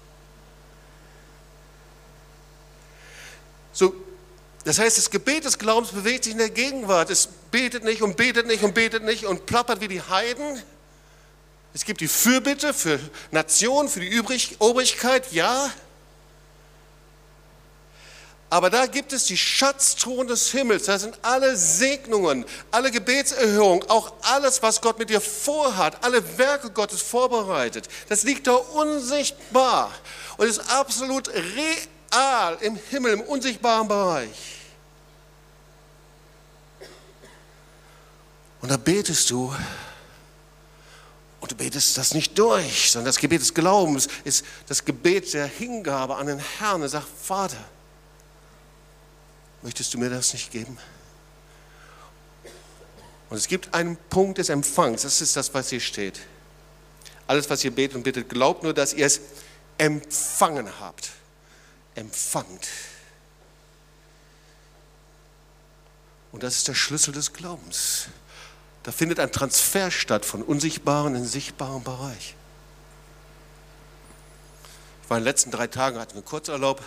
So, das heißt, das Gebet des Glaubens bewegt sich in der Gegenwart. Es betet nicht und betet nicht und betet nicht und plappert wie die Heiden. Es gibt die Fürbitte für Nationen, für die Übrig, Obrigkeit, ja. Aber da gibt es die Schatztruhen des Himmels, da sind alle Segnungen, alle Gebetserhörungen, auch alles, was Gott mit dir vorhat, alle Werke Gottes vorbereitet. Das liegt da unsichtbar und ist absolut real im Himmel, im unsichtbaren Bereich. Und da betest du und du betest das nicht durch, sondern das Gebet des Glaubens ist das Gebet der Hingabe an den Herrn. Er sagt, Vater, möchtest du mir das nicht geben? Und es gibt einen Punkt des Empfangs, das ist das, was hier steht. Alles, was ihr betet und bittet, glaubt nur, dass ihr es empfangen habt. Empfangt. Und das ist der Schlüssel des Glaubens. Da findet ein Transfer statt von unsichtbaren in sichtbaren Bereich. Ich war in den letzten drei Tagen, hatten wir Kurzurlaub.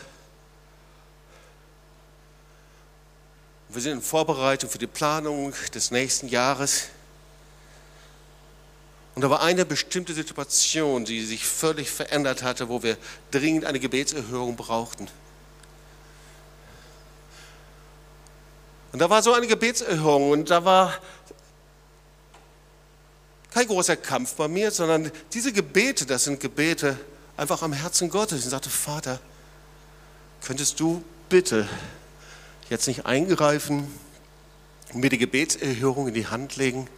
Wir sind in Vorbereitung für die Planung des nächsten Jahres. Und da war eine bestimmte Situation, die sich völlig verändert hatte, wo wir dringend eine Gebetserhörung brauchten. Und da war so eine Gebetserhörung und da war kein großer Kampf bei mir, sondern diese Gebete, das sind Gebete einfach am Herzen Gottes. Ich sagte, Vater, könntest du bitte jetzt nicht eingreifen und mir die Gebetserhörung in die Hand legen?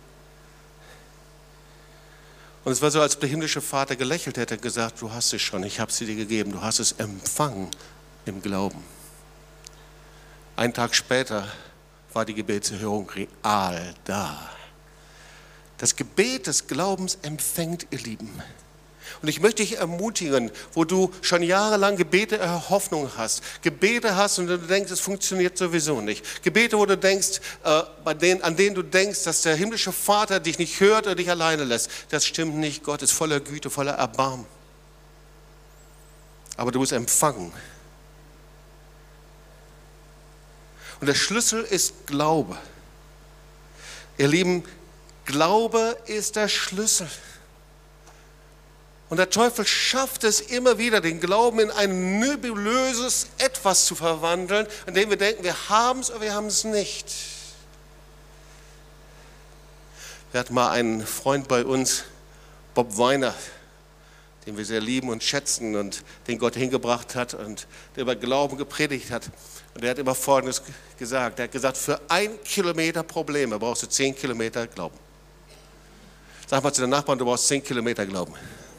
Und es war so, als der himmlische Vater gelächelt hätte, gesagt, du hast es schon, ich habe sie dir gegeben, du hast es empfangen im Glauben. Einen Tag später war die Gebetserhörung real da. Das Gebet des Glaubens empfängt, ihr Lieben. Und ich möchte dich ermutigen, wo du schon jahrelang Gebete der Hoffnung hast, Gebete hast und du denkst, es funktioniert sowieso nicht. Gebete, wo du denkst, äh, bei denen, an denen du denkst, dass der himmlische Vater dich nicht hört oder dich alleine lässt. Das stimmt nicht. Gott ist voller Güte, voller Erbarmen. Aber du musst empfangen. Und der Schlüssel ist Glaube. Ihr Lieben, Glaube ist der Schlüssel. Und der Teufel schafft es immer wieder, den Glauben in ein nebulöses Etwas zu verwandeln, an dem wir denken, wir haben es oder wir haben es nicht. Wir hatten mal einen Freund bei uns, Bob Weiner, den wir sehr lieben und schätzen und den Gott hingebracht hat und der über Glauben gepredigt hat. Und er hat immer Folgendes gesagt, er hat gesagt, für ein Kilometer Probleme brauchst du zehn Kilometer Glauben. Sag mal zu den Nachbarn, du brauchst zehn Kilometer Glauben.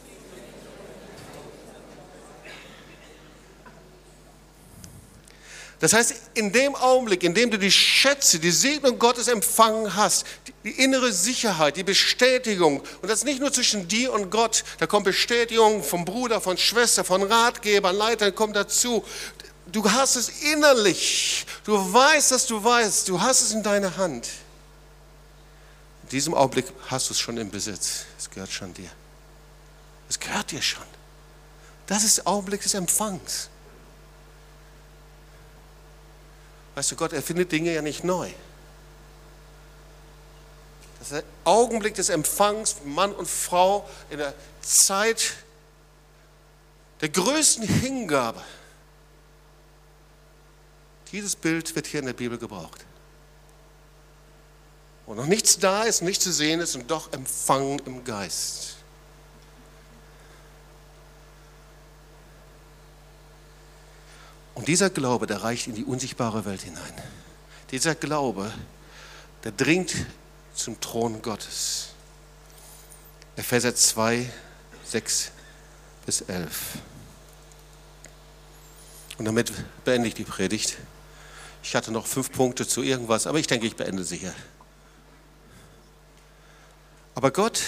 Das heißt, in dem Augenblick, in dem du die Schätze, die Segnung Gottes empfangen hast, die, die innere Sicherheit, die Bestätigung, und das nicht nur zwischen dir und Gott, da kommt Bestätigung vom Bruder, von Schwester, von Ratgebern, Leitern, kommt dazu. Du hast es innerlich, du weißt, dass du weißt, du hast es in deiner Hand. In diesem Augenblick hast du es schon im Besitz, es gehört schon dir. Es gehört dir schon. Das ist der Augenblick des Empfangs. Weißt du, Gott erfindet Dinge ja nicht neu. Das ist der Augenblick des Empfangs, Mann und Frau in der Zeit der größten Hingabe. Dieses Bild wird hier in der Bibel gebraucht. wo noch nichts da ist, nichts zu sehen ist und doch empfangen im Geist. Und dieser Glaube, der reicht in die unsichtbare Welt hinein. Dieser Glaube, der dringt zum Thron Gottes. Epheser zwei, sechs bis elf. Und damit beende ich die Predigt. Ich hatte noch fünf Punkte zu irgendwas, aber ich denke, ich beende sie hier. Aber Gott,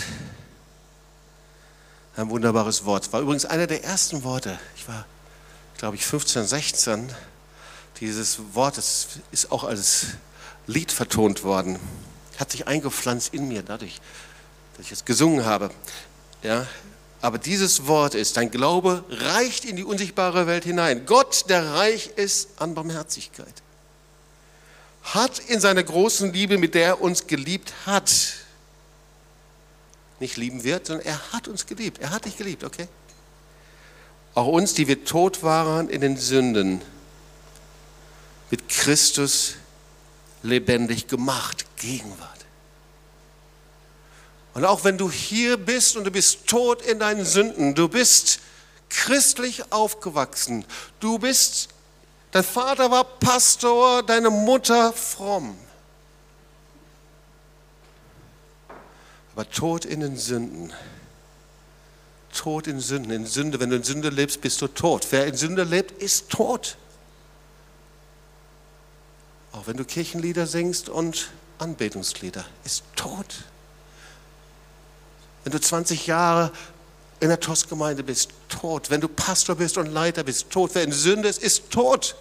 ein wunderbares Wort, war übrigens einer der ersten Worte. Ich war, glaube ich, fünfzehn, sechzehn. Dieses Wort, das ist auch als Lied vertont worden. Hat sich eingepflanzt in mir, dadurch, dass ich es gesungen habe. Ja, aber dieses Wort ist, dein Glaube reicht in die unsichtbare Welt hinein. Gott, der reich ist an Barmherzigkeit, hat in seiner großen Liebe, mit der er uns geliebt hat, nicht lieben wird, sondern er hat uns geliebt. Er hat dich geliebt, okay? Auch uns, die wir tot waren in den Sünden, mit Christus lebendig gemacht, Gegenwart. Und auch wenn du hier bist und du bist tot in deinen Sünden, du bist christlich aufgewachsen, du bist, dein Vater war Pastor, deine Mutter fromm, aber tot in den Sünden, tot in Sünden, in Sünde, wenn du in Sünde lebst, bist du tot. Wer in Sünde lebt, ist tot. Auch wenn du Kirchenlieder singst und Anbetungslieder, ist tot. Wenn du zwanzig Jahre in der T O S-Gemeinde bist, tot. Wenn du Pastor bist und Leiter bist, tot. Wer in Sünde ist, ist tot.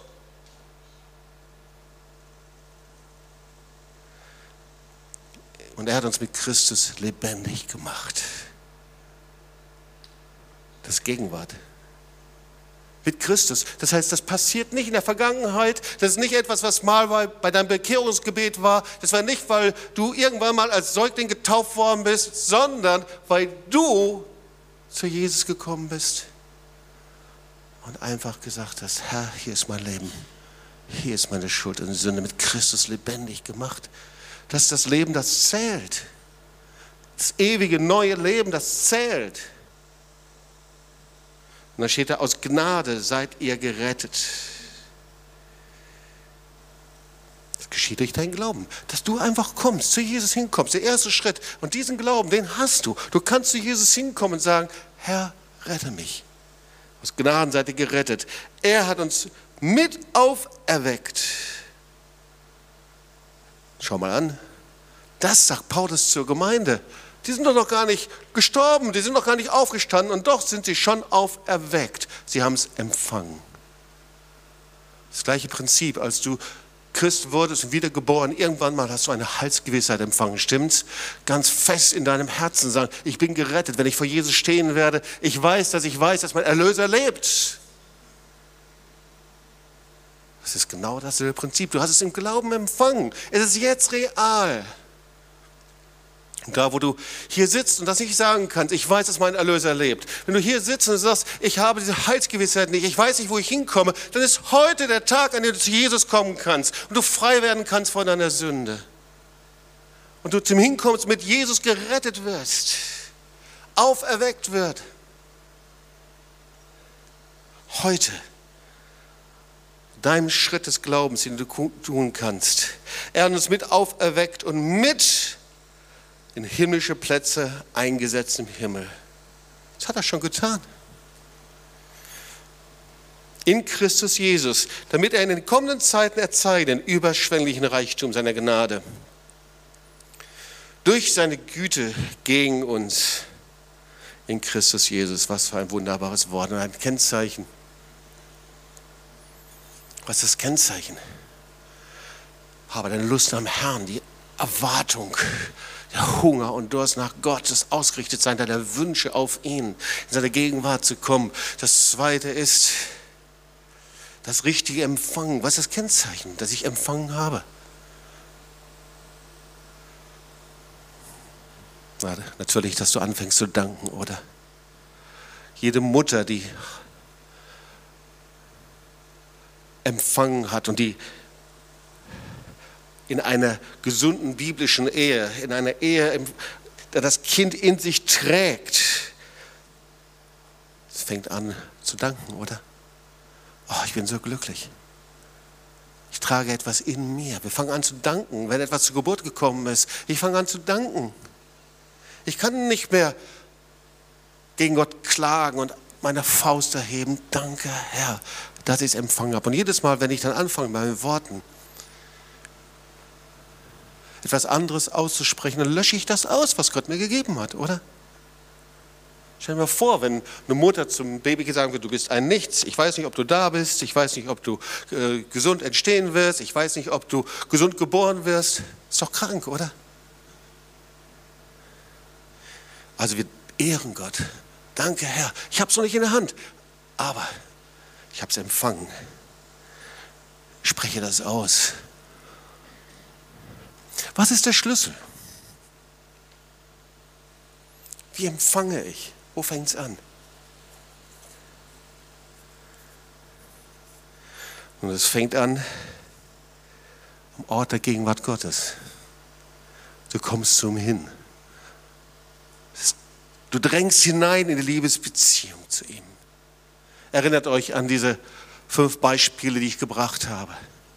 Und er hat uns mit Christus lebendig gemacht. Das ist Gegenwart. Mit Christus. Das heißt, das passiert nicht in der Vergangenheit. Das ist nicht etwas, was mal bei deinem Bekehrungsgebet war. Das war nicht, weil du irgendwann mal als Säugling getauft worden bist, sondern weil du zu Jesus gekommen bist und einfach gesagt hast, Herr, hier ist mein Leben. Hier ist meine Schuld und Sünde mit Christus lebendig gemacht. Das ist das Leben, das zählt. Das ewige neue Leben, das zählt. Und dann steht da, aus Gnade seid ihr gerettet. Das geschieht durch deinen Glauben. Dass du einfach kommst, zu Jesus hinkommst, der erste Schritt. Und diesen Glauben, den hast du. Du kannst zu Jesus hinkommen und sagen, Herr, rette mich. Aus Gnaden seid ihr gerettet. Er hat uns mit auferweckt. Schau mal an. Das sagt Paulus zur Gemeinde. Die sind doch noch gar nicht gestorben, die sind noch gar nicht aufgestanden und doch sind sie schon auferweckt. Sie haben es empfangen. Das gleiche Prinzip, als du Christ wurdest und wiedergeboren, irgendwann mal hast du eine Heilsgewissheit empfangen, stimmt's? Ganz fest in deinem Herzen sagen, ich bin gerettet, wenn ich vor Jesus stehen werde. Ich weiß, dass ich weiß, dass mein Erlöser lebt. Das ist genau dasselbe Prinzip. Du hast es im Glauben empfangen. Es ist jetzt real. Und da, wo du hier sitzt und das nicht sagen kannst, ich weiß, dass mein Erlöser lebt. Wenn du hier sitzt und sagst, ich habe diese Heilsgewissheit nicht, ich weiß nicht, wo ich hinkomme, dann ist heute der Tag, an dem du zu Jesus kommen kannst und du frei werden kannst von deiner Sünde. Und du zum Hinkommst, mit Jesus gerettet wirst, auferweckt wird. Heute, deinem Schritt des Glaubens, den du tun kannst. Er hat uns mit auferweckt und mit in himmlische Plätze eingesetzt im Himmel. Das hat er schon getan. In Christus Jesus, damit er in den kommenden Zeiten erzeigt den überschwänglichen Reichtum seiner Gnade. Durch seine Güte gegen uns in Christus Jesus. Was für ein wunderbares Wort und ein Kennzeichen. Was ist das Kennzeichen? Habe deine Lust am Herrn, die Erwartung, der Hunger und Durst nach Gottes ausgerichtet sein, deine Wünsche auf ihn, in seine Gegenwart zu kommen. Das Zweite ist das richtige Empfangen. Was ist das Kennzeichen, das ich empfangen habe? Na, natürlich, dass du anfängst zu danken, oder? Jede Mutter, die empfangen hat und die in einer gesunden biblischen Ehe, in einer Ehe, der das Kind in sich trägt, es fängt an zu danken, oder? Oh, ich bin so glücklich. Ich trage etwas in mir. Wir fangen an zu danken, wenn etwas zur Geburt gekommen ist. Ich fange an zu danken. Ich kann nicht mehr gegen Gott klagen und meine Faust erheben. Danke, Herr, dass ich es empfangen habe. Und jedes Mal, wenn ich dann anfange, bei meinen Worten etwas anderes auszusprechen, dann lösche ich das aus, was Gott mir gegeben hat, oder? Stell dir mal vor, wenn eine Mutter zum Baby sagen wird, du bist ein Nichts, ich weiß nicht, ob du da bist, ich weiß nicht, ob du äh, gesund entstehen wirst, ich weiß nicht, ob du gesund geboren wirst. Ist doch krank, oder? Also wir ehren Gott. Danke, Herr. Ich habe es noch nicht in der Hand, aber ich habe es empfangen. Ich spreche das aus. Was ist der Schlüssel? Wie empfange ich? Wo fängt es an? Und es fängt an am Ort der Gegenwart Gottes. Du kommst zu ihm hin. Du drängst hinein in die Liebesbeziehung zu ihm. Erinnert euch an diese fünf Beispiele, die ich gebracht habe.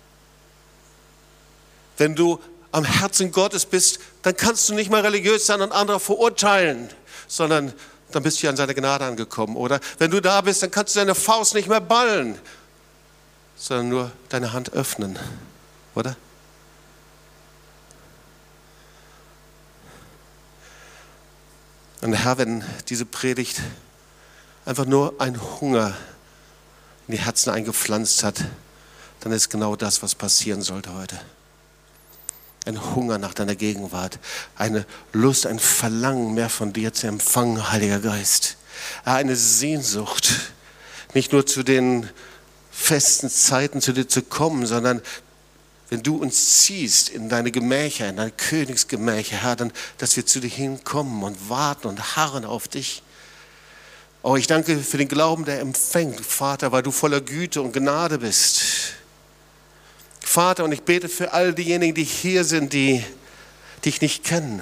Wenn du am Herzen Gottes bist, dann kannst du nicht mal religiös sein und andere verurteilen, sondern dann bist du an seine Gnade angekommen, oder? Wenn du da bist, dann kannst du deine Faust nicht mehr ballen, sondern nur deine Hand öffnen, oder? Und Herr, wenn diese Predigt einfach nur ein Hunger in die Herzen eingepflanzt hat, dann ist genau das, was passieren sollte heute. Ein Hunger nach deiner Gegenwart, eine Lust, ein Verlangen mehr von dir zu empfangen, Heiliger Geist. Eine Sehnsucht, nicht nur zu den festen Zeiten zu dir zu kommen, sondern wenn du uns ziehst in deine Gemächer, in deine Königsgemächer, Herr, dann, dass wir zu dir hinkommen und warten und harren auf dich. Oh, ich danke für den Glauben, der empfängt, Vater, weil du voller Güte und Gnade bist. Vater, und ich bete für all diejenigen, die hier sind, die dich nicht kennen,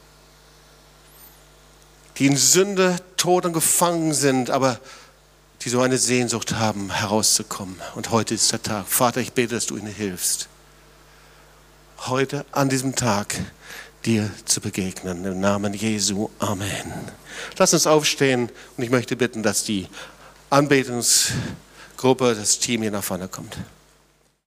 die in Sünde, Tod und gefangen sind, aber die so eine Sehnsucht haben, herauszukommen. Und heute ist der Tag. Vater, ich bete, dass du ihnen hilfst, heute an diesem Tag dir zu begegnen. Im Namen Jesu. Amen. Lass uns aufstehen und ich möchte bitten, dass die Anbetungsgruppe, das Team hier nach vorne kommt.